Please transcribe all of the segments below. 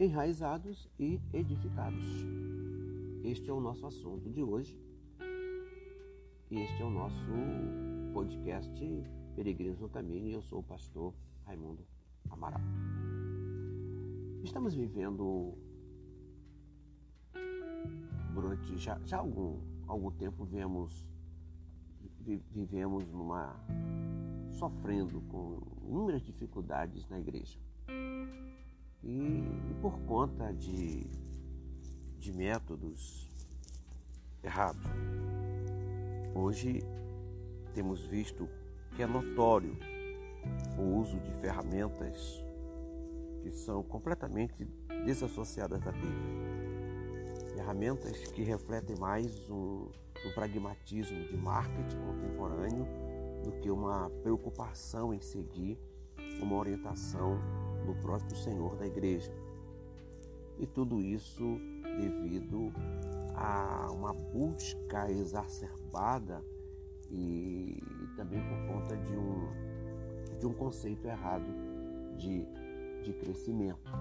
enraizados e edificados. Este é o nosso assunto de hoje. E este é o nosso podcast Peregrinos no Caminho, e eu sou o pastor Raimundo Amaral. Estamos vivendo, durante já algum tempo, vivemos sofrendo com inúmeras dificuldades na igreja. E por conta de métodos errados. Hoje temos visto que é notório o uso de ferramentas que são completamente desassociadas da Bíblia. Ferramentas que refletem mais um pragmatismo de marketing contemporâneo do que uma preocupação em seguir uma orientação do próprio Senhor da igreja. E tudo isso devido a uma busca exacerbada e também por conta de um conceito errado de crescimento.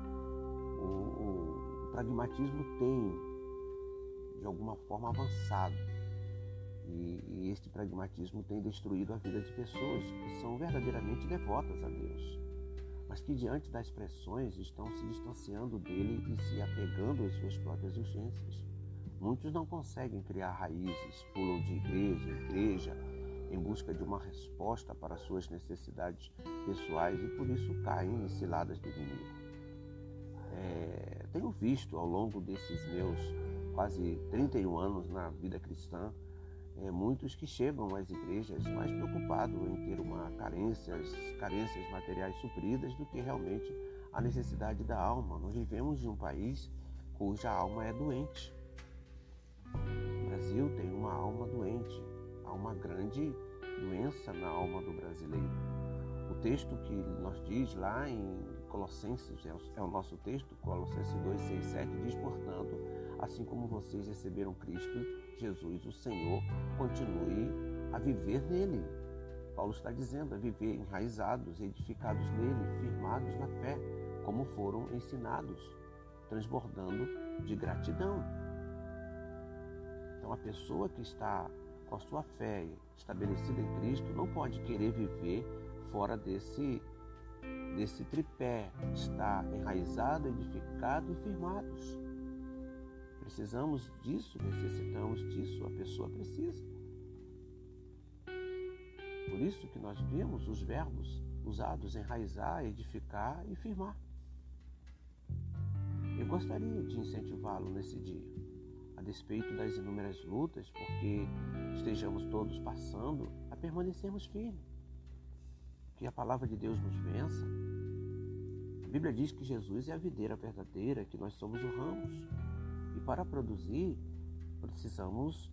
O pragmatismo tem, de alguma forma, avançado. E este pragmatismo tem destruído a vida de pessoas que são verdadeiramente devotas a Deus, mas que diante das pressões estão se distanciando dele e se apegando às suas próprias urgências. Muitos não conseguem criar raízes, pulam de igreja em igreja em busca de uma resposta para suas necessidades pessoais e por isso caem em ciladas do inimigo. Tenho visto ao longo desses meus quase 31 anos na vida cristã, muitos que chegam às igrejas mais preocupados em ter carências materiais supridas do que realmente a necessidade da alma. Nós vivemos em um país cuja alma é doente. O Brasil tem uma alma doente, há uma grande doença na alma do brasileiro. O texto que nos diz lá em Colossenses, é o nosso texto, Colossenses 2, 6, 7, diz, portanto, assim como vocês receberam Cristo Jesus, o Senhor, continue a viver nele. Paulo está dizendo, a viver enraizados, edificados nele, firmados na fé, como foram ensinados, transbordando de gratidão. Então, a pessoa que está com a sua fé estabelecida em Cristo não pode querer viver fora desse tripé, está enraizado, edificado e firmados. Precisamos disso, necessitamos disso, a pessoa precisa. Por isso que nós vimos os verbos usados, enraizar, edificar e firmar. Eu gostaria de incentivá-lo nesse dia, a despeito das inúmeras lutas, porque estejamos todos passando, a permanecermos firmes. Que a palavra de Deus nos vença. A Bíblia diz que Jesus é a videira verdadeira, que nós somos o ramos. E para produzir, precisamos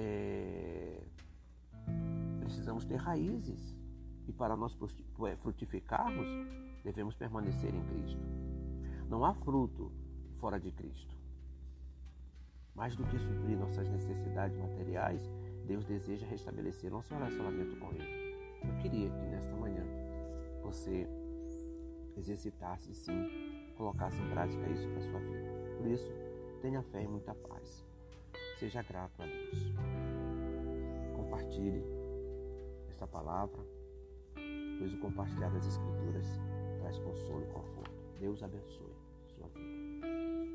ter raízes. E para nós frutificarmos, devemos permanecer em Cristo. Não há fruto fora de Cristo. Mais do que suprir nossas necessidades materiais, Deus deseja restabelecer nosso relacionamento com Ele. Eu queria que nesta manhã você exercitasse, sim, colocasse em prática isso para a sua vida. Por isso, tenha fé e muita paz. Seja grato a Deus. Compartilhe esta palavra, pois o compartilhar das Escrituras traz consolo e conforto. Deus abençoe sua vida.